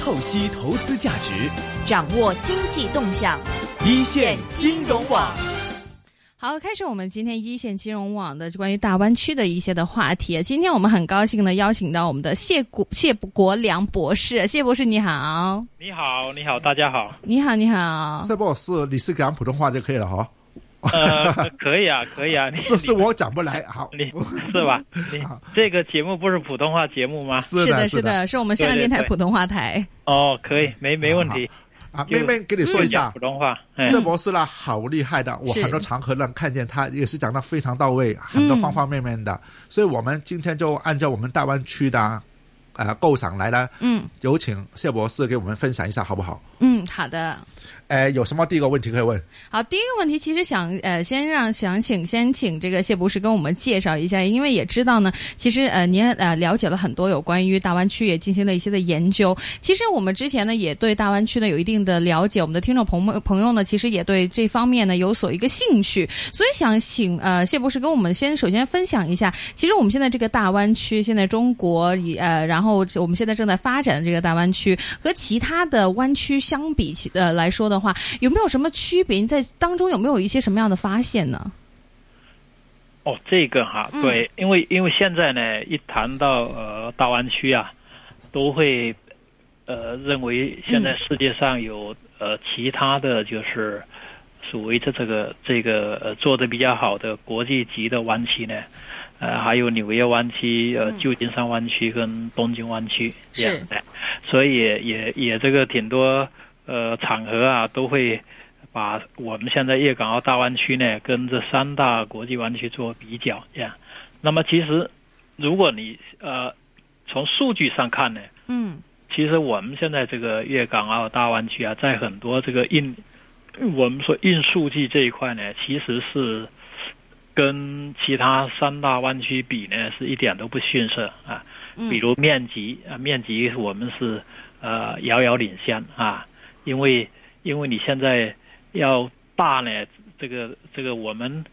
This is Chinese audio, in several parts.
透析投资价值， 掌握经济动向， 一线金融网。 好，开始我们今天一线金融网的关于大湾区的一些的话题。今天我们很高兴的邀请到我们的谢国良博士。谢博士你好。 你好，你好，大家好。 你好，你好。 谢博士，你是讲普通话就可以了哈。 可以啊，可以啊。 是我讲不来，好， 你是吧？你这个节目不是普通话节目吗？ 是的，是的，是我们香港电台普通话台。 哦，可以，没问题。 啊，妹妹跟你说一下， 普通话， 谢博士啦，好厉害的，我很多场合能看见他，也是讲得非常到位，很多方方面面的。所以我们今天就按照我们大湾区的构想来了。有请谢博士给我们分享一下，好不好？ 好的。 有什么第一个问题可以问？ 好，第一个问题其实想请这个谢博士跟我们介绍一下，因为也知道呢，其实您了解了很多有关于大湾区，也进行了一些的研究。其实我们之前呢也对大湾区呢有一定的了解，我们的听众朋友呢其实也对这方面呢有所一个兴趣，所以想请谢博士跟我们首先分享一下，其实我们现在这个大湾区，现在中国然后我们现在正在发展的这个大湾区和其他的湾区相比来说的话，有没有什么区别？你在当中有没有一些什么样的发现呢？ 哦，这个哈，对，因为现在呢，一谈到大湾区啊，都会认为现在世界上有其他的就是所谓的这个做得比较好的国际级的湾区呢，还有纽约湾区、旧金山湾区跟东京湾区这样的，所以也这个挺多场合啊，都会把我们现在粤港澳大湾区呢跟这三大国际湾区做比较这样。那么其实如果你从数据上看呢，其实我们现在这个粤港澳大湾区啊，在很多这个我们说硬数据这一块呢，其实是跟其他三大湾区比呢是一点都不逊色啊。比如面积我们是遥遥领先啊。因为你现在要大呢，这个我们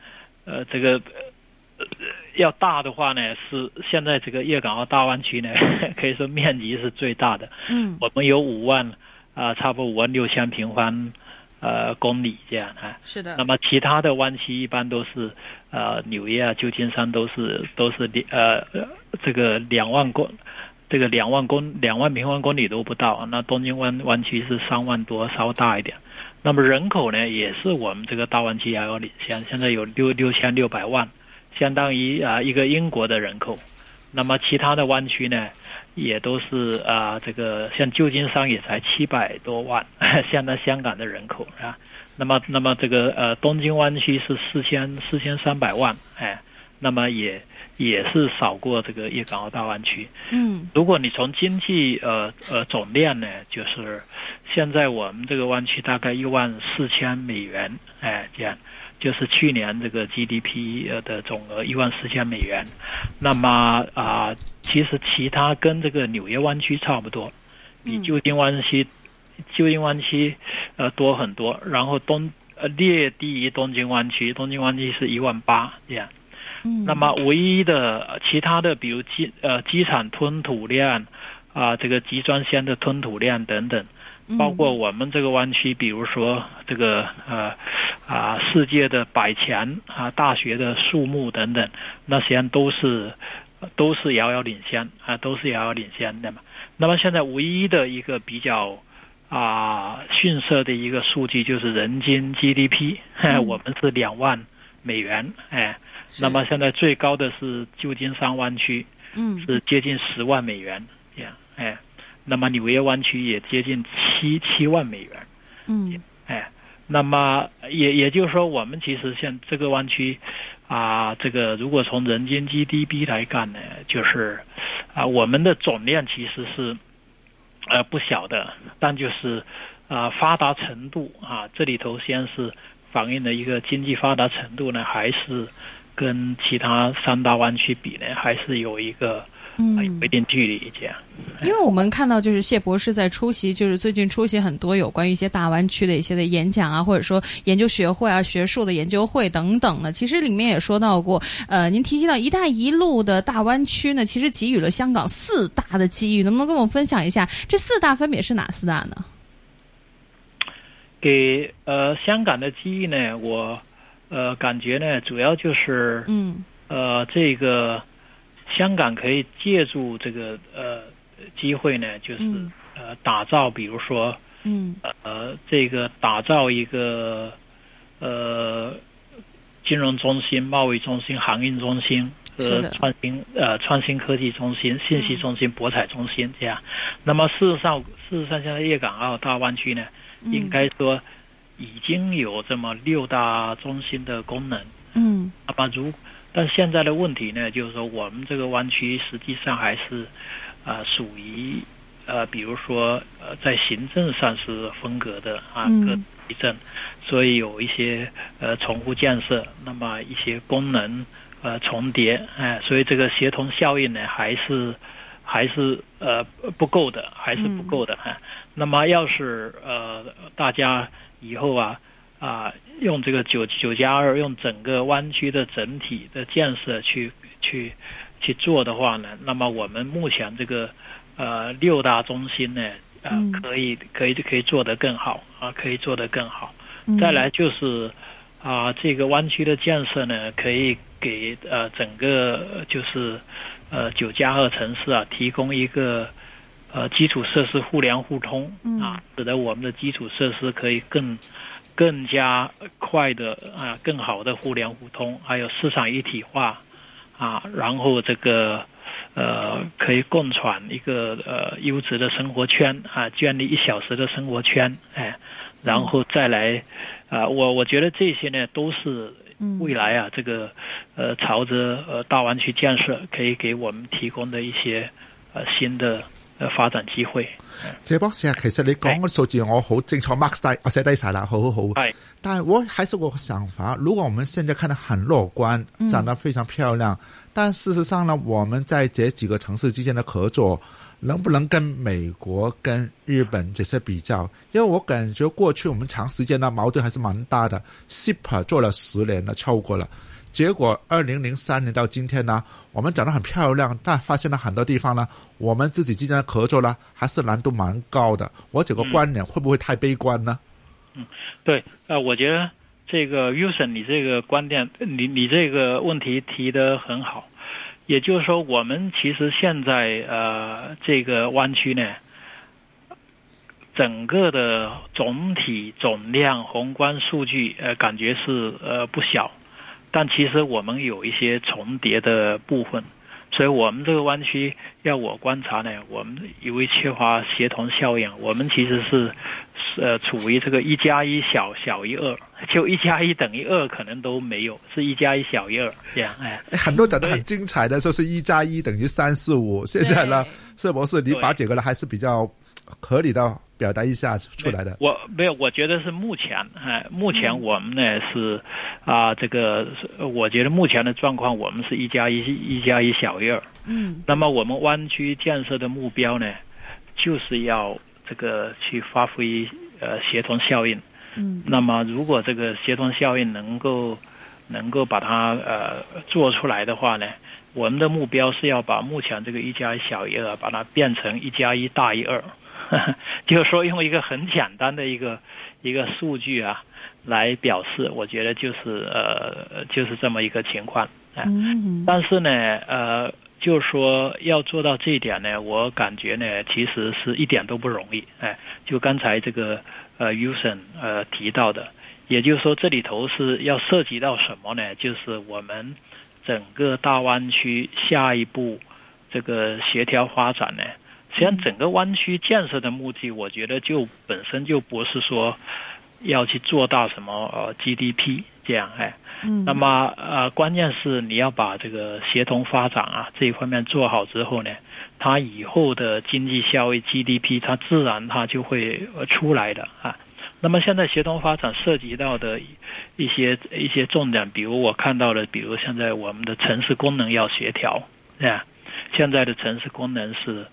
要大的话呢，是现在这个粤港澳大湾区呢，可以说面积是最大的。我们有差不多56000平方公里这样啊。是的。那么其他的湾区一般都是纽约啊、旧金山都是这个2万平方公里都不到，那东京湾区是3万多，稍大一点。那么人口呢，也是我们这个大湾区遥遥领先，现在有6600万，相当于一个英国的人口。那么其他的湾区呢，也都是这个像旧金山也才700多万，相当香港的人口啊。那么这个东京湾区是4300万，那么也是少过这个粤港澳大湾区。如果你从经济总量呢，就是现在我们这个湾区大概14000美元，这样就是去年这个 GDP 的总额14000美元。那么其实其他跟这个纽约湾区差不多，比旧金湾区多很多。然后略低于东京湾区是18000这样。那么唯一的其他的，比如机场吞吐量这个集装箱的吞吐量等等，包括我们这个湾区，比如说这个世界的百强大学的数目等等，那实际上都是遥遥领先的嘛。那么现在唯一的一个比较逊色的一个数据就是人均 GDP，我们是2万美元，那么现在最高的是旧金山湾区，是接近10万美元，这样，那么纽约湾区也接近7万美元，那么也就是说，我们其实像这个湾区这个如果从人均 GDP 来看呢，就是我们的总量其实是不小的，但就是发达程度这里头先是反映的一个经济发达程度呢，还是跟其他三大湾区比呢，还是有一个有一定距离这样。 因为我们看到就是谢博士在就是最近出席很多有关于一些大湾区的一些的演讲啊，或者说研究学会啊、学术的研究会等等呢。其实里面也说到过，您提及到一带一路的大湾区呢，其实给予了香港4大的机遇，能不能跟我们分享一下这4大分别是哪4大呢？ 给香港的机遇呢，我感觉呢，主要就是这个香港可以借助这个机会呢，就是打造，比如说这个打造一个金融中心、贸易中心、航运中心和创新科技中心、信息中心、博彩中心这样。那么事实上现在粤港澳大湾区呢，应该说已经有这么6大中心的功能。那么但现在的问题呢，就是说我们这个湾区实际上还是属于比如说在行政上是分隔的各地政，所以有一些重复建设，那么一些功能重叠，所以这个协同效应呢还是不够的，那么要是大家以后用这个9+2，用整个湾区的整体的建设去做的话呢，那么我们目前这个6大中心呢，可以做得更好可以做得更好。再来就是这个湾区的建设呢，可以给整个就是9+2城市提供一个基础设施互联互通使得我们的基础设施可以更加快的更好的互联互通，还有市场一体化然后这个可以共传一个优质的生活圈建立1小时的生活圈，然后再来我觉得这些呢都是未來這個朝着大灣區建設可以給我們提供的一些新的發展機會。 謝博士其實你講嘅數字我好清楚 mark 低，我寫低晒啦，好。但係我還是我想法，如果我們現在看得很樂觀，長得非常漂亮，但事實上呢，我們在這幾個城市之間的合作能不能跟美國跟日本這些比較？因為我感覺過去我們長時間的矛盾還是蠻大的， CEPA 做了10年了，超過了，結果2003年到今天呢，我們長得很漂亮，但發現了很多地方呢，我們自己之間的合作呢還是難度蠻高的。我這個觀念會不會太悲觀呢？ 對，我覺得這個 Wilson 你這個觀點，你這個問題提得很好。也就是說，我們其實現在這個灣區呢，整個的總體總量宏觀數據感覺是不小，但其實我們有一些重疊的部分，所以我們這個灣區要我觀察呢，我們因為缺乏協同效應，我們其實是處於這個1+1小於2，就1+1等於2可能都沒有，是1+1小於2這樣。 很多講得很精彩的就是1+1等於3、4、5，現在呢，謝博士你把這個呢還是比較合理的表達一下出來的。 我覺得是目前我們呢是這個我覺得目前的狀況我們是1+1小於2。那麼我們灣區建設的目標呢，就是要這個去發揮協同效應。那麼如果這個協同效應能夠把它做出來的話呢，我們的目標是要把目前這個1+1小於2把它變成1+1大於2。就是說用一個很簡單的一個數據來表示，我覺得就是這麼一個情況。但是呢就是說要做到這一點呢，我感覺呢其實是一點都不容易。就剛才這個Wilson 提到的，也就是說這裡頭是要涉及到什麼呢？就是我們整個大灣區下一步這個協調發展呢，實際上整個灣區建設的目的，我覺得就本身就不是說要去做到什麼GDP 這樣。那麼關鍵是你要把這個協同發展這一方面做好之後呢，它以後的經濟效益 GDP 它自然它就會出來的。那麼現在協同發展涉及到的一些重點，比如我看到的，比如現在我們的城市功能要協調， 现在的城市功能是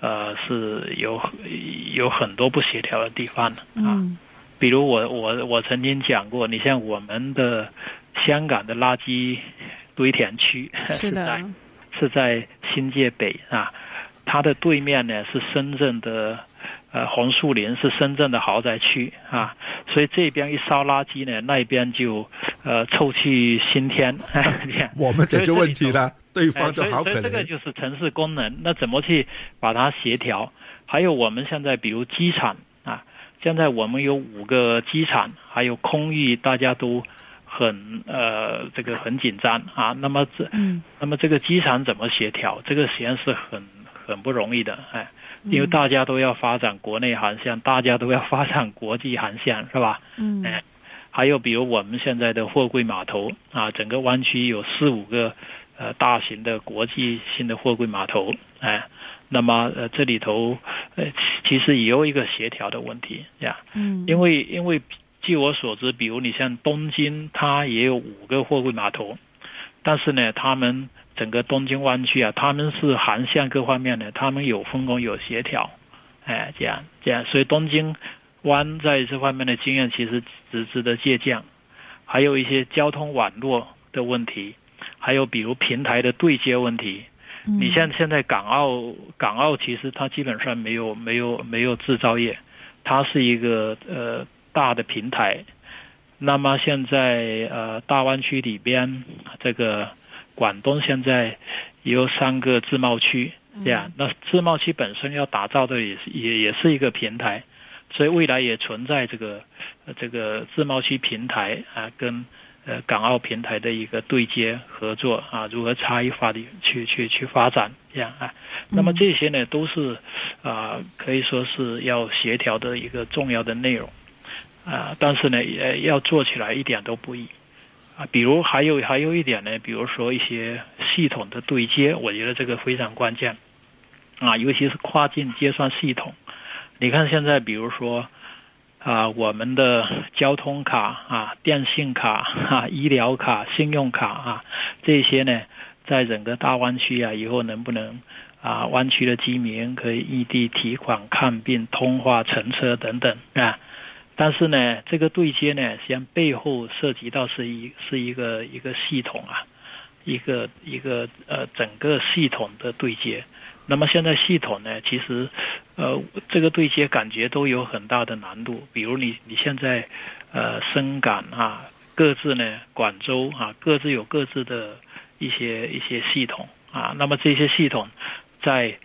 有很多不协调的地方啊。比如我曾经讲过，你像我们的香港的垃圾堆填区是在新界北啊，它的对面呢是深圳的红树林，是深圳的豪宅区啊，所以这边一烧垃圾呢，那边就臭气熏天。 我们解决问题了，对方就好可怜。 所以这个就是城市功能，那怎么去把它协调？还有我们现在比如机场啊，现在我们有5个机场，还有空域，大家都很很紧张啊。那么这个机场怎么协调？这个实际上是很不容易的，因为大家都要发展国内航线，大家都要发展国际航线，是吧？还有比如我们现在的货柜码头啊，整个湾区有4-5个大型的国际性的货柜码头，那么这里头其实也有一个协调的问题呀。因为据我所知，比如你像东京，它也有5个货柜码头，但是呢，他们整个东京湾区啊，他们是航线各方面呢，他们有分工有协调，这样，所以东京湾在这方面的经验其实值得借鉴。还有一些交通网络的问题，还有比如平台的对接问题。你像现在港澳其实它基本上没有制造业，它是一个大的平台。那么现在大湾区里边，这个广东现在也有3个自贸区，这样，那自贸区本身要打造的也是一个平台，所以未来也存在这个自贸区平台啊，跟港澳平台的一个对接合作啊，如何差异化的去发展这样啊。那么这些呢都是可以说是要协调的一个重要的内容啊，但是呢要做起来一点都不易啊。比如还有一点呢，比如说一些系统的对接，我觉得这个非常关键啊，尤其是跨境结算系统。你看现在比如说我们的交通卡啊、电信卡啊、医疗卡、信用卡啊，这些呢，在整个大湾区啊，以后能不能湾区的居民可以异地提款、看病、通话、乘车等等啊？但是呢，这个对接呢，实际上背后涉及到是一个系统啊，一个整个系统的对接。那么现在系统呢，其实这个对接感觉都有很大的难度。比如你现在深港啊，各自呢广州啊，各自有各自的一些系统啊。那么这些系统在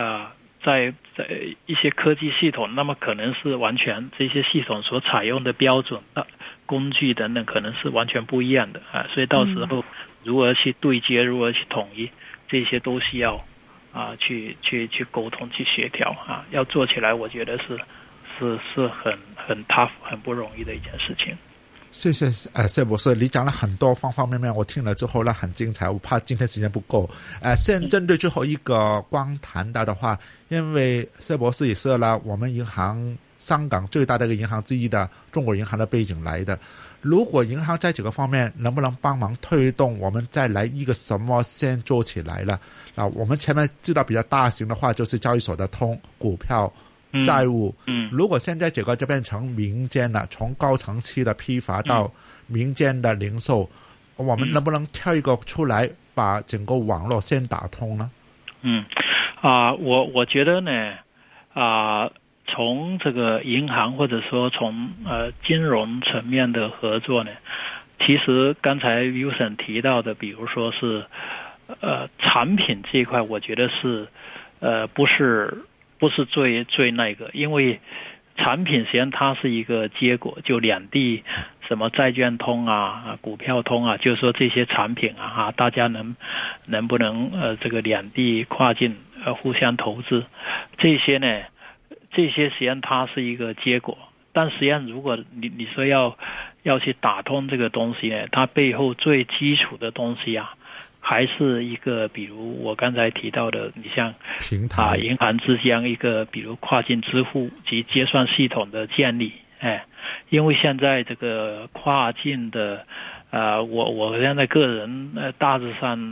一些科技系统，那么可能是完全这些系统所采用的标准工具等等，可能是完全不一样的啊。所以到时候如何去对接，如何去统一，这些都需要去沟通去协调啊，要做起来，我觉得是很 tough 很不容易的一件事情。 谢谢谢博士，你讲了很多方方面面，我听了之后呢很精彩，我怕今天时间不够。现针对最后一个光谈到的话，因为谢博士也是了我们银行香港最大的一个银行之一的中国银行的背景来的，如果银行在这个方面能不能帮忙推动，我们再来一个什么先做起来了？我们前面知道比较大型的话就是交易所的通股票债务，如果现在这个就变成民间了，从高层期的批发到民间的零售，我们能不能挑一个出来把整个网络先打通呢？ 我觉得呢从这个银行或者说从金融层面的合作呢，其实刚才 Wilson 提到的，比如说是产品这一块，我觉得是不是最那个，因为产品实际上它是一个结果，就两地什么债券通啊、股票通啊，就是说这些产品大家能不能这个两地跨境互相投资，这些呢，这些实际上它是一个结果，但实际上如果你说要去打通这个东西呢，它背后最基础的东西还是一个，比如我刚才提到的，你像平台银行之间一个，比如跨境支付及结算系统的建立，因为现在这个跨境的，我现在个人大致上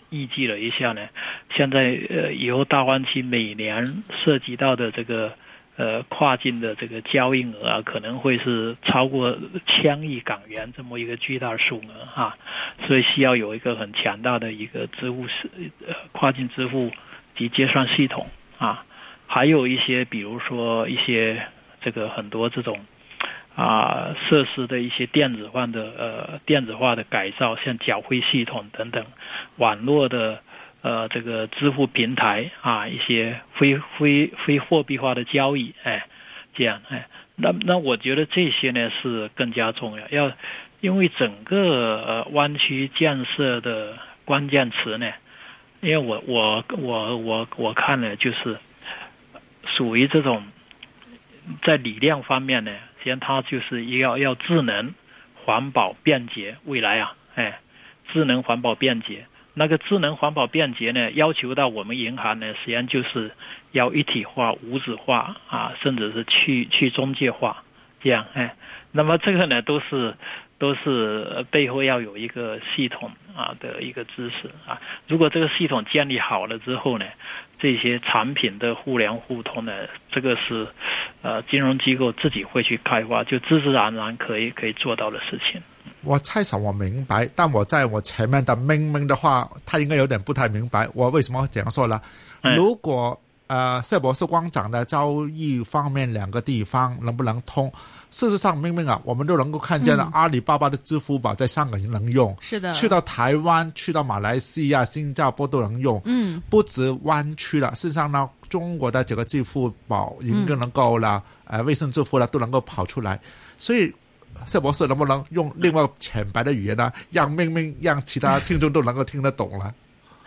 预计了一下呢，现在以后大湾区每年涉及到的这个跨境的这个交易额啊，可能会是超过1000亿港元这么一个巨大的数额啊，所以需要有一个很强大的一个跨境支付及结算系统啊，还有一些比如说一些这个很多这种设施的一些电子化的改造，像缴费系统等等，网络的这个支付平台啊，一些非货币化的交易，这样那我觉得这些呢是更加重要，因为整个湾区建设的关键词呢，因为我看了就是属于这种在理念方面呢，实际上它就是要智能、环保、便捷，未来智能、环保、便捷。那个智能环保便捷呢，要求到我们银行呢，实际上就是要一体化、无纸化甚至是去中介化，这样那么这个呢，都是背后要有一个系统的一个支持如果这个系统建立好了之后呢，这些产品的互联互通呢，这个是金融机构自己会去开发，就自自然然可以做到的事情。 我猜想我明白，但我在我前面的明明的话，他应该有点不太明白。我为什么这样说呢？如果谢博士光讲的交易方面2个地方能不能通？事实上，明明我们都能够看见了，阿里巴巴的支付宝在香港也能用， 是的， 去到台湾、去到马来西亚、新加坡都能用，不止湾区了。事实上呢，中国的这个支付宝已经能够了，微信支付了都能够跑出来，所以。谢博士能不能用另外浅白的语言呢，让明明让其他听众都能够听得懂了？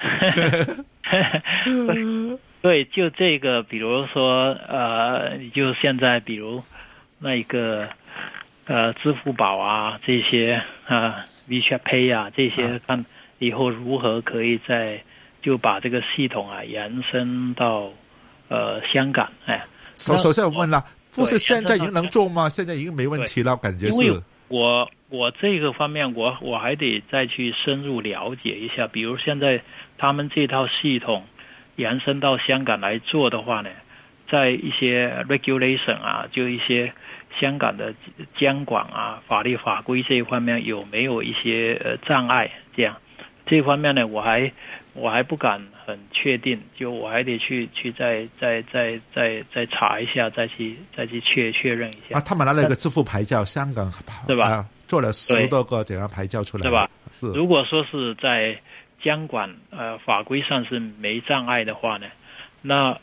对，就这个，比如说就现在比如那个支付宝这些WeChat Pay 这些，看以后如何可以就把这个系统延伸到香港。 首先我问了。不是现在已经能做吗？现在已经没问题了，感觉是。 因为我这个方面我还得再去深入了解一下，比如现在他们这套系统延伸到香港来做的话呢，在一些 regulation 就一些香港的监管法律法规这一方面有没有一些障碍？这方面呢，我还不敢很确定，就我还得去再查一下，再去确认一下。 他们拿了一个支付牌照，香港对吧？ 做了10多个这样牌照出来， 对吧？ 是。 如果说是在监管法规上是没障碍的话呢，那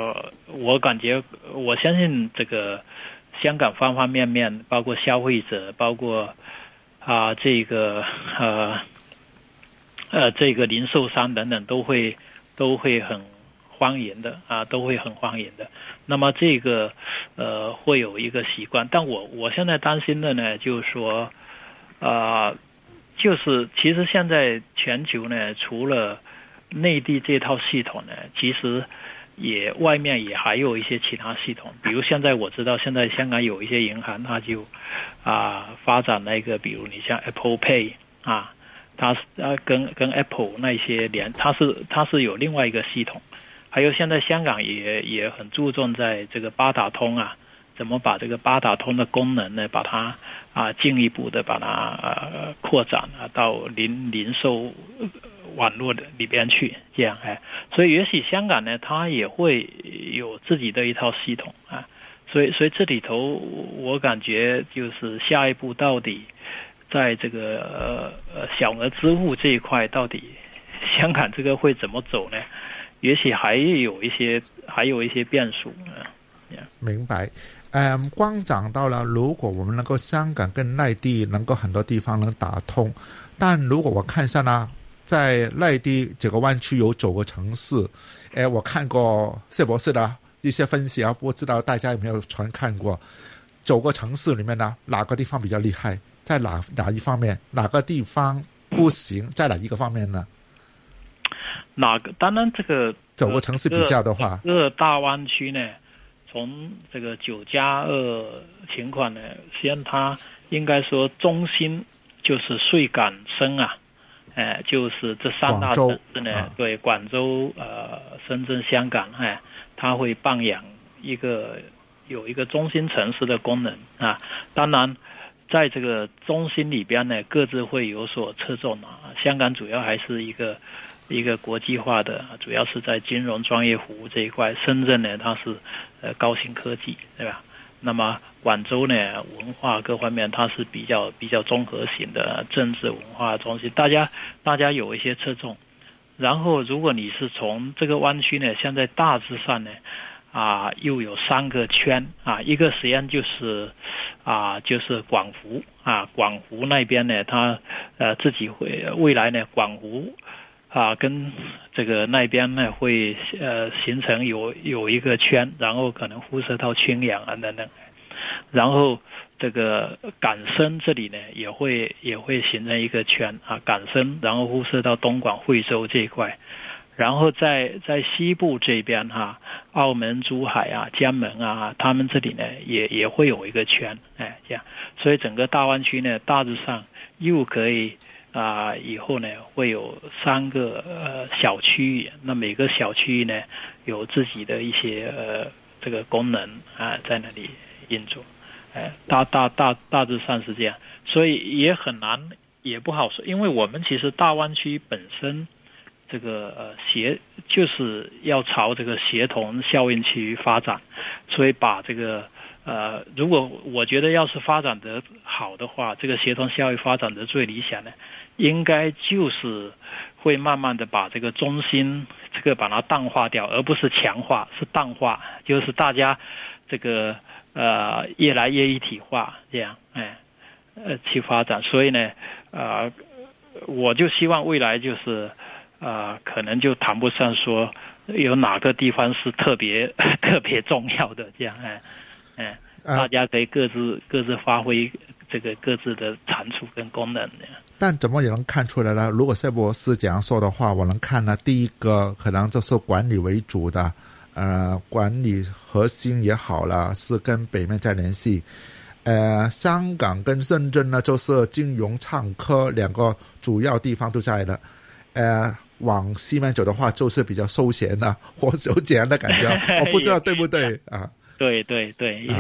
我相信这个香港方方面面，包括消费者，包括这个零售商等等都会很欢迎的都会很欢迎的。那么这个会有一个习惯，但我现在担心的呢，就是说就是其实现在全球呢，除了内地这套系统呢，其实外面也还有一些其他系统，比如现在我知道现在香港有一些银行，它就发展那个，比如你像 Apple Pay 它跟 Apple 那些它是有另外一个系统。还有现在香港也很注重在这个八达通怎么把这个八达通的功能呢，把它进一步的把它扩展到零售网络的里边去，这样所以也许香港呢，它也会有自己的一套系统所以这里头我感觉就是下一步到底在这个小额支付这一块，到底香港这个会怎么走呢？也许还有一些变数明白。光讲到了，如果我们能够香港跟内地能够很多地方能打通，但如果我看一下呢，在内地这个湾区有9个城市，我看过谢博士的一些分析不知道大家有没有全看过。9个城市里面呢，哪个地方比较厉害？在哪一方面？哪个地方不行？在哪一个方面呢？ 当然这个 9个城市比较的话， 大湾区呢，从这个9+2情况呢，实际上它应该说中心就是穗港深就是这三大城市呢，对，广州、深圳、香港，它会扮演有一个中心城市的功能啊。当然，在这个中心里边呢，各自会有所侧重啊。香港主要还是一个国际化的，主要是在金融专业服务这一块。深圳呢，它是高新科技，对吧？那么广州呢，文化各方面它是比较综合型的政治文化中心，大家有一些侧重。然后如果你是从这个湾区呢，现在大致上呢又有3个圈啊，一个实际上就是广湖啊，广湖那边呢，它自己会未来呢，广湖跟这个那边呢会形成有一个圈，然后可能辐射到青阳啊等等，然后这个港深这里呢也会形成一个圈啊，港深然后辐射到东广惠州这一块，然后在西部这边澳门、珠海啊、江门啊，他们这里呢也会有一个圈，这样，所以整个大湾区呢大致上又可以以后呢会有3个小区域，那每个小区域呢有自己的一些这个功能在那里运作，大致上是这样，所以也很难也不好说，因为我们其实大湾区本身这个就是要朝这个协同效应区发展，所以把这个如果我觉得要是发展得好的话，这个协同效应发展得最理想的，应该就是会慢慢的把这个中心这个把它淡化掉，而不是强化，是淡化，就是大家这个越来越一体化，这样去发展。所以呢我就希望未来就是可能就谈不上说有哪个地方是特别重要的，这样大家可以各自发挥这个各自的长处跟功能。 但怎么也能看出来呢？如果谢博士这样说的话，我能看呢，第一个可能就是管理为主的，管理核心也好了，是跟北面在联系。香港跟深圳呢，就是金融、创科2个主要地方都在了。往西面走的话，就是比较休闲的，我有这样的感觉，我不知道对不对啊？ 对对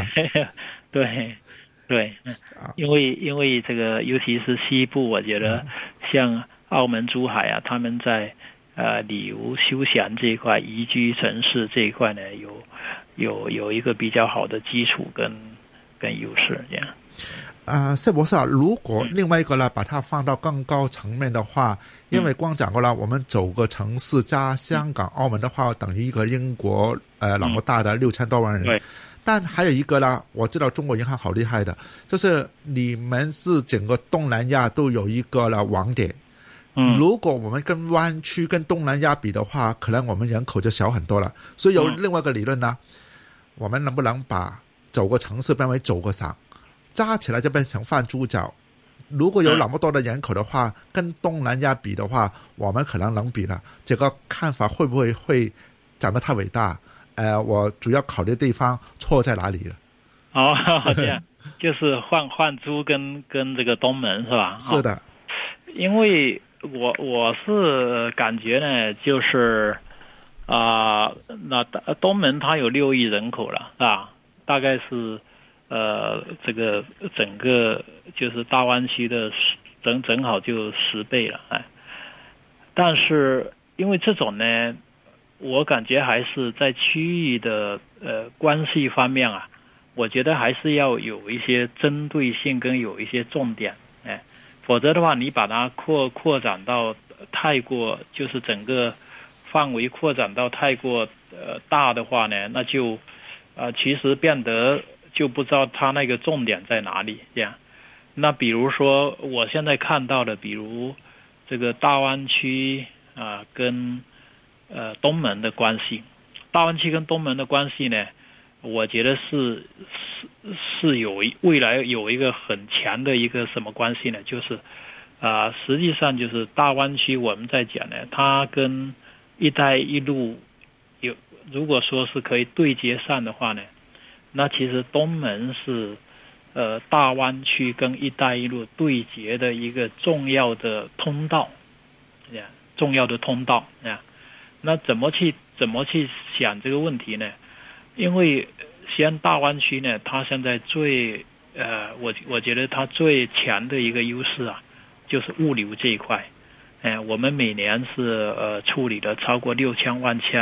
因为这个尤其是西部，我觉得像澳门、珠海啊，他们在旅游休闲这一块、宜居城市这一块呢，有一个比较好的基础跟优势，这样。 谢博士如果另外一个呢，把它放到更高层面的话，因为光讲过了，我们9个城市加香港、澳门的话，等于一个英国那么大的6000多万人。 对。 但还有一个呢，我知道中国银行好厉害的，就是你们是整个东南亚都有一个了网点。如果我们跟湾区跟东南亚比的话，可能我们人口就小很多了。所以有另外一个理论呢，我们能不能把9个城市变为9个省，加起来就变成泛珠角？如果有那么多的人口的话，跟东南亚比的话，我们可能能比了。这个看法会不会讲得太伟大？我主要考虑的地方错在哪里了？ 这样就是换珠跟这个东门是吧？ 是的。 因为我是感觉呢，就是那东门它有6亿人口了啊，大概是这个整个就是大湾区的正好就10倍了但是因为这种呢，我感觉还是在区域的关系方面我觉得还是要有一些针对性跟有一些重点否则的话你把它扩展到太过，就是整个范围扩展到太过大的话呢，那就其实变得就不知道它那个重点在哪里这样。那比如说我现在看到的，比如这个大湾区跟东门的关系，大湾区跟东门的关系呢，我觉得是有未来有一个很强的一个什么关系呢？就是实际上就是大湾区我们在讲呢，它跟一带一路如果说是可以对接上的话呢，那其实东门是大湾区跟一带一路对接的一个重要的通道重要的通道那怎么去想这个问题呢？因为西安大湾区呢，它现在我觉得它最强的一个优势啊，就是物流这一块。我们每年是处理了超过6000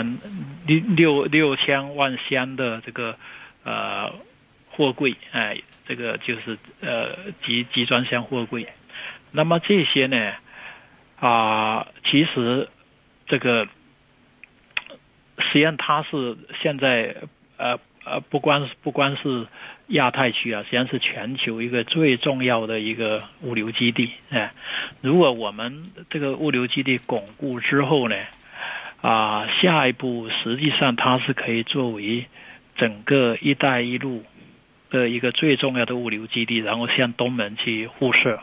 万箱的这个货柜，这个就是集装箱货柜。那么这些呢其实这个实际上它是现在不光是亚太区实际上是全球一个最重要的一个物流基地。如果我们这个物流基地巩固之后呢下一步实际上它是可以作为整个一带一路的一个最重要的物流基地，然后向东门去互射。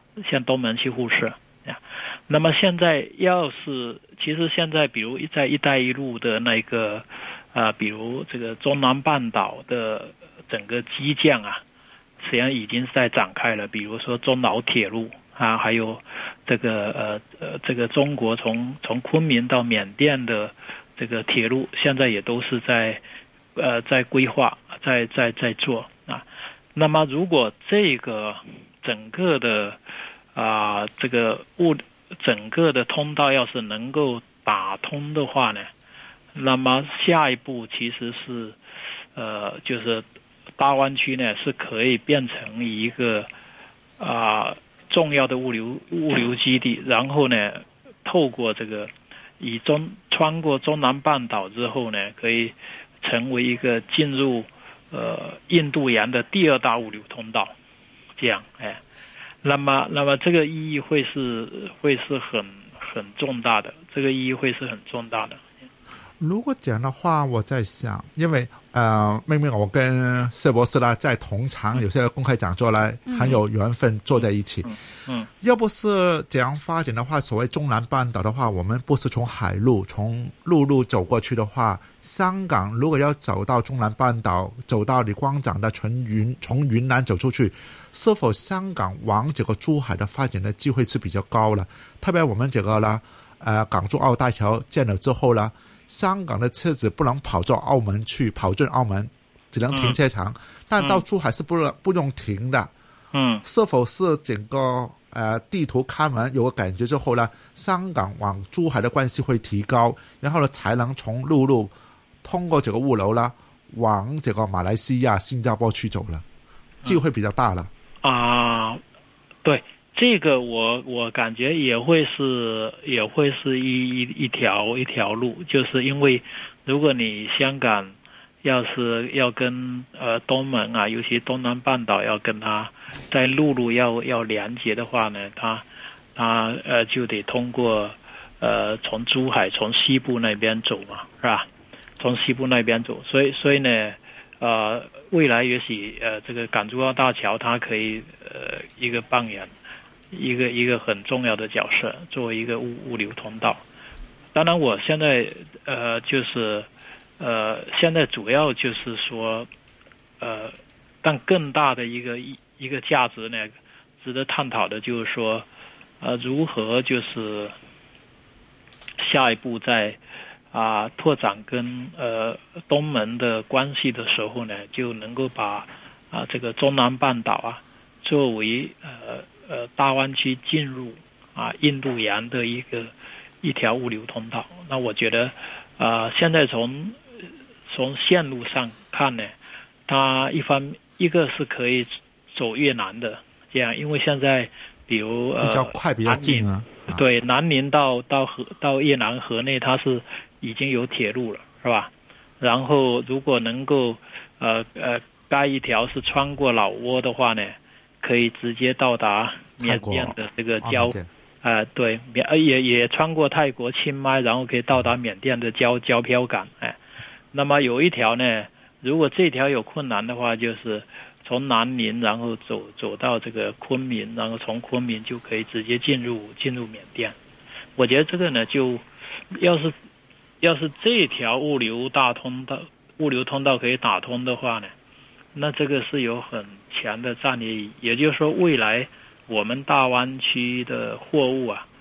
那么现在其实现在比如在一带一路的那个比如这个中南半岛的整个基建实际上已经在展开了，比如说中老铁路还有这个中国从昆明到缅甸的这个铁路，现在也都是在规划，在做那么如果这个整个的这个整个的通道要是能够打通的话呢，那么下一步其实是就是大湾区呢是可以变成一个重要的物流基地，然后呢透过这个穿过中南半岛之后呢，可以成为一个进入印度洋的第2大物流通道，这样那么这个意义会是很重大的，这个意义会是很重大的。 如果讲的话，我在想，因为明明我跟谢博士啦在同场有些公开讲座啦，很有缘分坐在一起。要不是这样发展的话，所谓中南半岛的话，我们不是从海路从陆路走过去的话，香港如果要走到中南半岛，走到李光长的从云南走出去，是否香港往这个珠海的发展的机会是比较高了？特别我们这个啦港珠澳大桥建了之后啦，香港的车子不能跑到澳门去，跑进澳门只能停车场，但到珠海是不用停的。是否是整个地图看完有个感觉之后呢，香港往珠海的关系会提高，然后呢才能从陆路通过这个物流啦，往这个马来西亚、新加坡去走了，机会比较大了。 对。这个我感觉也会是一条路，就是因为如果你香港要是要跟东盟尤其东南半岛要跟它在陆路要连接的话呢，它就得通过从珠海从西部那边走嘛，是吧？从西部那边走，所以呢未来也许这个港珠澳大桥它可以一个扮演一个很重要的角色，作为一个物流通道。当然我现在就是现在主要就是说但更大的一个价值呢值得探讨的就是说如何就是下一步在拓展跟东盟的关系的时候呢，就能够把这个中南半岛作为大湾区进入印度洋的一条物流通道。那我觉得现在从线路上看呢，它一个是可以走越南的，这样，因为现在比如比较快比较近对，南宁到越南河内它是已经有铁路了，是吧？然后如果能够盖一条是穿过老挝的话呢，可以直接到达缅甸的这个对，也穿过泰国清迈，然后可以到达缅甸的胶漂港。那么有一条呢，如果这条有困难的话，就是从南宁然后走到这个昆明，然后从昆明就可以直接进入缅甸。我觉得这个呢，就要是这条物流通道可以打通的话呢，那这个是有很强的战略意义。也就是说，未来我们大湾区的货物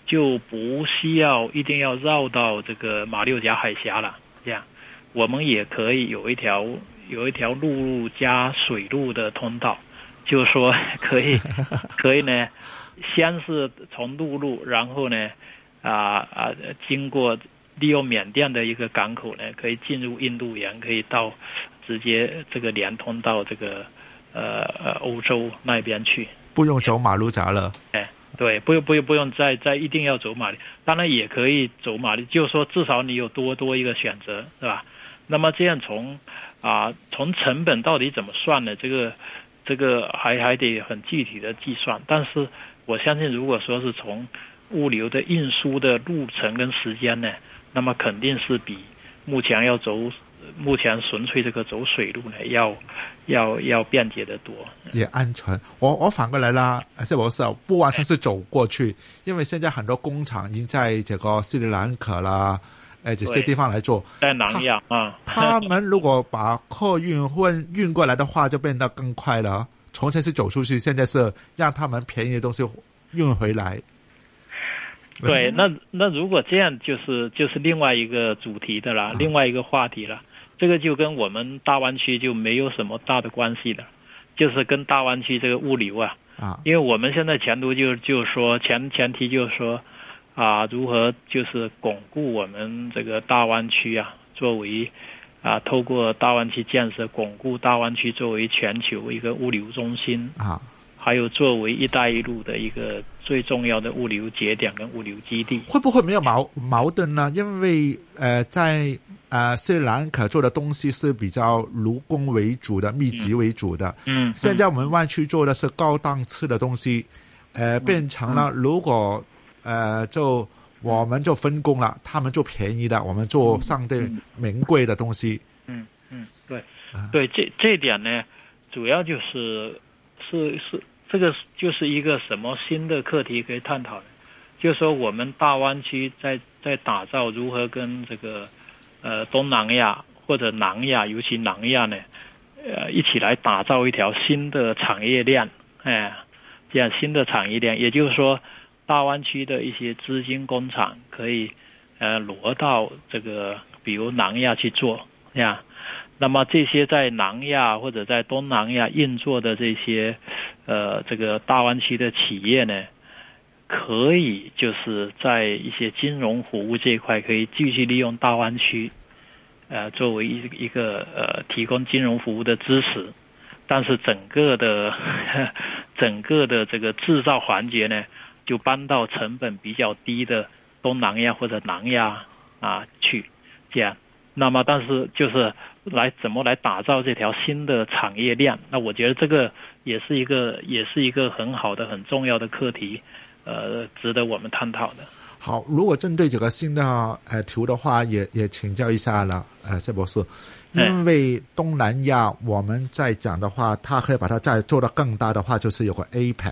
就不需要一定要绕到这个马六甲海峡了，这样我们也可以有一条陆路加水路的通道，就是说可以呢，先是从陆路，然后呢经过利用缅甸的一个港口呢，可以进入印度洋，可以到直接这个连通到这个欧洲那边去， 不用走马六甲了。 对，不用再一定要走马里，当然也可以走马里，就是说至少你有多一个选择，是吧？那么这样从成本到底怎么算呢？这个还得很具体的计算，但是我相信如果说是从物流的运输的路程跟时间呢，那么肯定是比目前纯粹这个走水路呢要便捷得多， 也安全。我反过来啦，谢博士，不完全是走过去，因为现在很多工厂已经在这个斯里兰卡啦，这些地方来做， 在南亚啊。 他们如果把客运过来的话，就变得更快了。从前是走出去，现在是让他们便宜的东西运回来。 对，那如果这样，就是另外一个主题的啦，另外一个话题了。这个就跟我们大湾区就没有什么大的关系了，就是跟大湾区这个物流因为我们现在前途就是说前提就是说如何就是巩固我们这个大湾区作为透过大湾区建设巩固大湾区作为全球一个物流中心还有作为一带一路的一个最重要的物流节点跟物流基地。 会不会没有矛盾呢？因为在斯里兰卡做的东西是比较卢工为主的，密集为主的。现在我们湾区做的是高档次的东西，变成了如果就我们就分工了，他们做便宜的，我们做相对名贵的东西。 对，这一点呢，主要就是这个就是一个什么新的课题可以探讨的，就是说我们大湾区在打造如何跟这个东南亚或者南亚，尤其南亚呢一起来打造一条新的产业链，这样新的产业链，也就是说大湾区的一些资金工厂可以挪到这个比如南亚去做那么这些在南亚或者在东南亚运作的这些这个大湾区的企业呢，可以就是在一些金融服务这一块可以继续利用大湾区作为一个提供金融服务的支持，但是整个的这个制造环节呢，就搬到成本比较低的东南亚或者南亚去这样。那么但是就是怎么来打造这条新的产业链，那我觉得这个也是一个很好的很重要的课题，值得我们探讨的。 好，如果针对这个新的图的话，也请教一下了，谢博士，因为东南亚我们在讲的话，它可以把它再做得更大的话，就是有个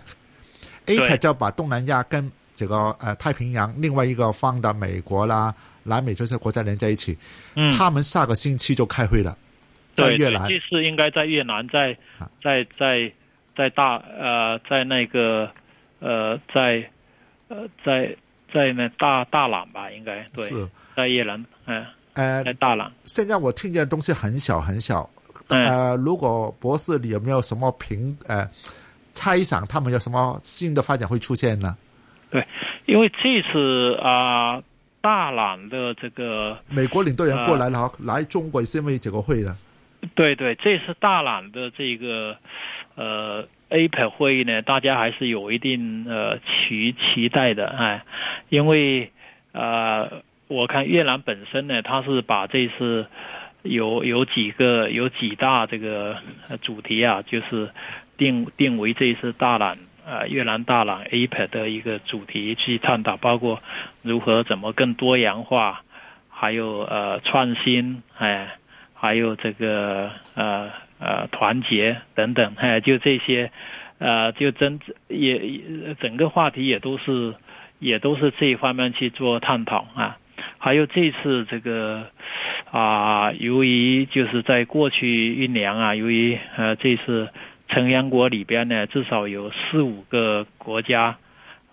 APEC 就把东南亚跟这个太平洋另外一个方的美国啦、南美这些国家连在一起，他们下个星期就开会了，在越南。 这次应该在越南，在那个在那大朗吧，应该对，在越南，在大朗。 现在我听见的东西很小很小，如果博士你有没有什么猜想，他们有什么新的发展会出现呢？ 对，因为这次大朗的这个美国领导人过来了，来中国是因为这个会的。 对，这次大朗的这个APEC 会议呢，大家还是有一定期待的因为我看越南本身呢，它是把这次有几大这个主题就是定为这次大朗越南大朗 APEC 的一个主题去探讨，包括如何怎么更多元化，还有创新，还有这个团结等等，就这些就整个话题也都是这一方面去做探讨还有这次这个由于就是在过去一年由于这次成员国里边呢，至少有4-5个国家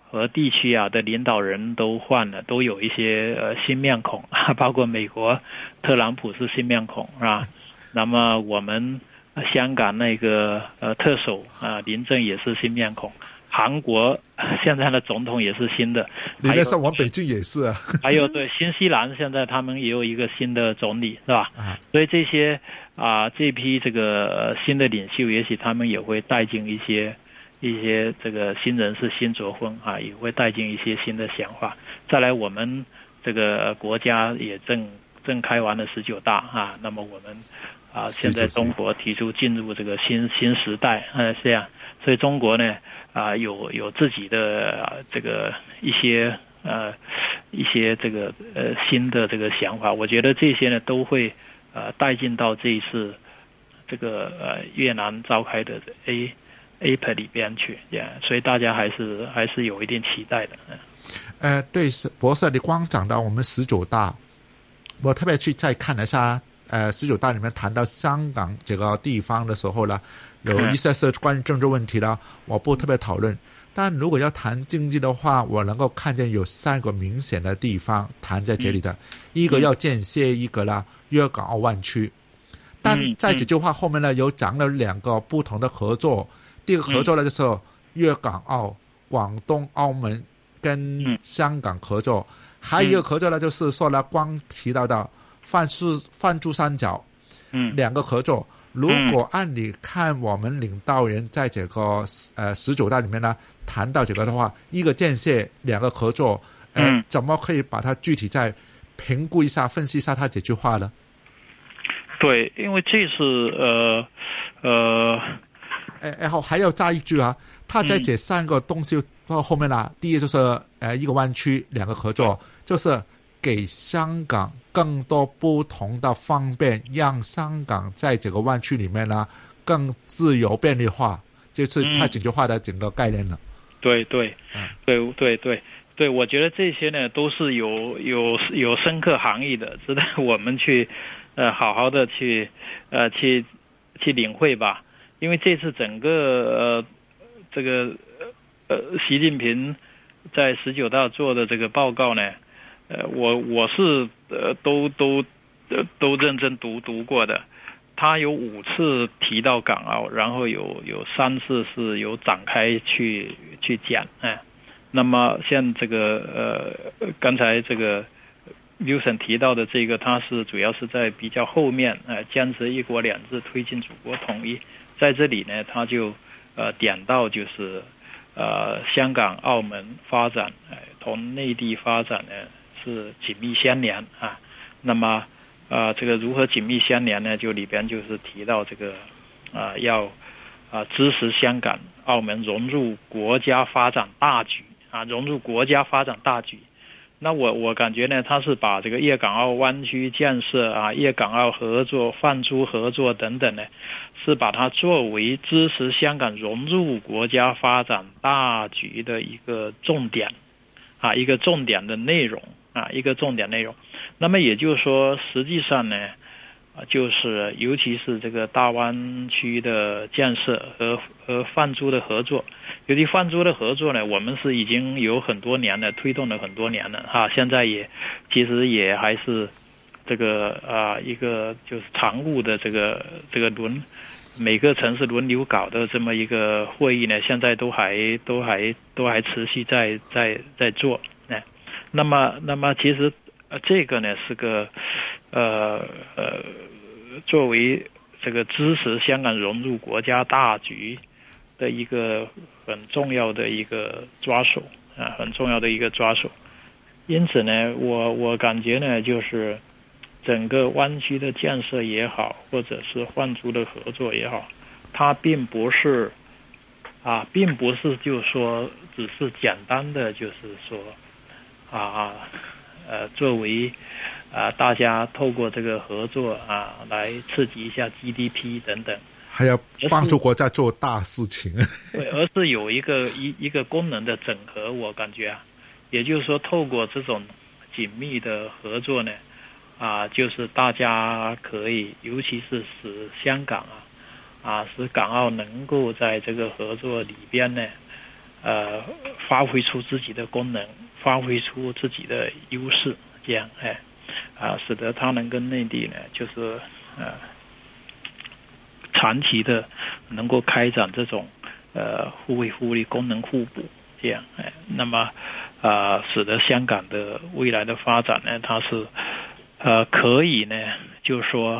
和地区啊的领导人都换了，都有一些新面孔，包括美国特朗普是新面孔是吧？那么我们香港那个特首林郑也是新面孔，韩国现在的总统也是新的， 理论上往北京也是啊。 还有对新西兰现在他们也有一个新的总理是吧？所以这些这批这个新的领袖，也许他们也会带进一些这个新人士新作风也会带进一些新的想法。再来我们这个国家也正开完了19大那么我们现在中国提出进入这个新时代这样，所以中国呢有自己的这个一些这个新的这个想法，我觉得这些呢都会带进到这一次这个越南召开的APEC 里边去，所以大家还是有一点期待的。 对，博士，你光讲到我们19大，我特别去再看了一下19大里面谈到香港这个地方的时候呢，有一些是关于政治问题呢，我不特别讨论。但如果要谈经济的话，我能够看见有3个明显的地方谈在这里的，一个要建设一个呢粤港澳湾区，但在这句话后面呢有讲了2个不同的合作。第一个合作呢就是粤港澳、广东、澳门跟香港合作，还有一个合作呢就是说呢光提到的泛珠三角2个合作。如果按你看我们领导人在这个19大里面呢谈到这个的话，一个建设2个合作，怎么可以把它具体再评估一下分析一下他这句话呢？ 对，因为这是然后还要加一句他在这3个东西后面第一就是一个湾区2个合作，就是给香港更多不同的方便，让香港在这个湾区里面呢更自由便利化，就是他整句话的整个概念了。 对，我觉得这些呢都是有深刻含义的，值得我们去好好的去领会吧。因为这次整个这个习近平在19大做的这个报告呢，我是都认真读过的。他有5次提到港澳，然后有3次是有展开去讲那么像这个刚才这个Wilson 提到的这个，他是主要是在比较后面坚持1国2制，推进祖国统一。在这里呢，他就点到就是香港、澳门发展同内地发展呢是紧密相连那么这个如何紧密相连呢？就里边就是提到这个要支持香港、澳门融入国家发展大局融入国家发展大局。那我感觉呢，他是把这个粤港澳湾区建设粤港澳合作、泛珠合作等等呢，是把它作为支持香港融入国家发展大局的一个重点一个重点的内容一个重点内容。那么也就是说，实际上呢，就是尤其是这个大湾区的建设和泛珠的合作，尤其泛珠的合作呢，我们是已经有很多年了，推动了很多年了现在其实也还是这个一个就是常务的这个每个城市轮流搞的这么一个会议呢，现在都还持续在做那么其实这个呢是个作为这个支持香港融入国家大局的一个很重要的一个抓手很重要的一个抓手。因此呢，我感觉呢，就是整个湾区的建设也好，或者是泛珠的合作也好，它并不是就是说只是简单的就是说作为大家透过这个合作来刺激一下 GDP 等等， 还要帮助国家做大事情。 对，而是有一个功能的整合，我感觉也就是说，透过这种紧密的合作呢，就是大家可以，尤其是使香港使港澳能够在这个合作里边呢， 发挥出自己的功能，发挥出自己的优势，这样使得它能跟内地呢，就是长期的能够开展这种互惠互利、功能互补，这样那么使得香港的未来的发展呢，它是可以呢，就是说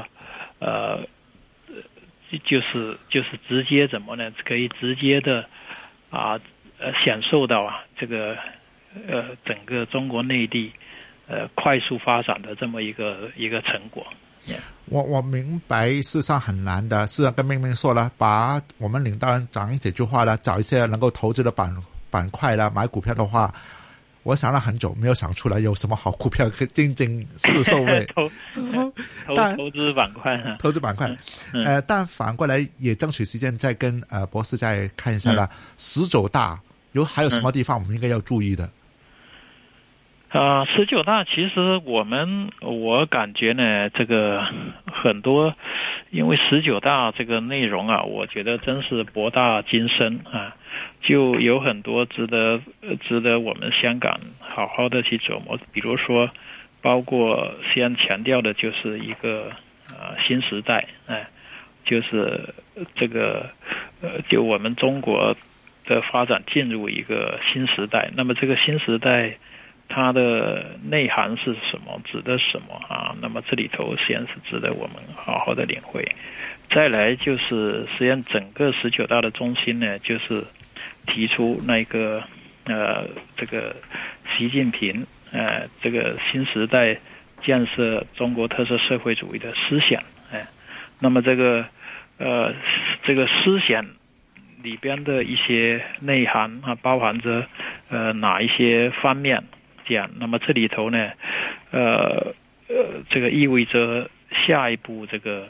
就是直接怎么呢？可以直接的享受到这个整个中国内地快速发展的这么一个成果。 我明白，事实上很难的。事实上跟明明说了，把我们领导人讲这句话了，找一些能够投资的板块了，买股票的话，我想了很久，没有想出来有什么好股票可以进市受惠。 投资板块， 投资板块。但反过来也争取时间再跟博士再看一下了。19大还有什么地方我们应该要注意的 ？19大其实我感觉呢，这个很多，因为19大这个内容我觉得真是博大精深就有很多值得我们香港好好的去琢磨。比如说，包括先强调的就是一个新时代，就是这个就我们中国的发展进入一个新时代。那么这个新时代它的内涵是什么，指的什么那么这里头实际上是值得我们好好的领会。再来就是实际上整个19大的中心呢，就是提出那个这个习近平这个新时代建设中国特色社会主义的思想那么这个思想里边的一些内涵包含着哪一些方面，这样，那么这里头呢这个意味着下一步这个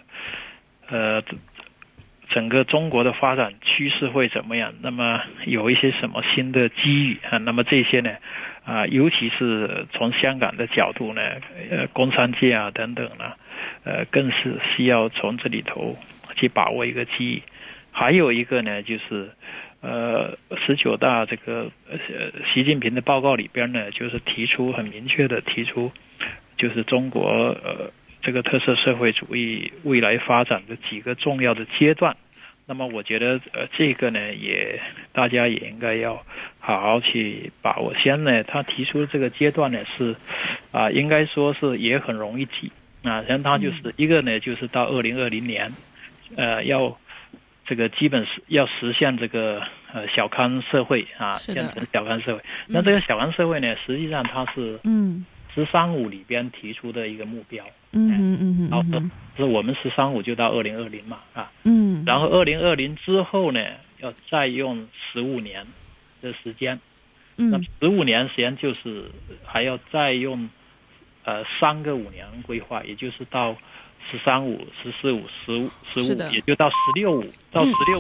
整个中国的发展趋势会怎么样？那么有一些什么新的机遇那么这些呢尤其是从香港的角度呢工商界等等呢更是需要从这里头去把握一个机遇。还有一个呢就是19大这个习近平的报告里边呢，就是很明确的提出，就是中国这个特色社会主义未来发展的几个重要的阶段。那么我觉得这个呢大家也应该要好好去把握。先呢他提出这个阶段呢是应该说是也很容易记像他就是一个呢就是到2020年要这个基本是要实现这个小康社会建成小康社会。那这个小康社会呢，实际上它是“13五”里边提出的一个目标。然后是我们“13五”就到2020嘛然后2020之后呢，要再用15年的时间。那15年时间就是还要再用3个5年规划，也就是到13五、14五、15、15，也就到16五到16。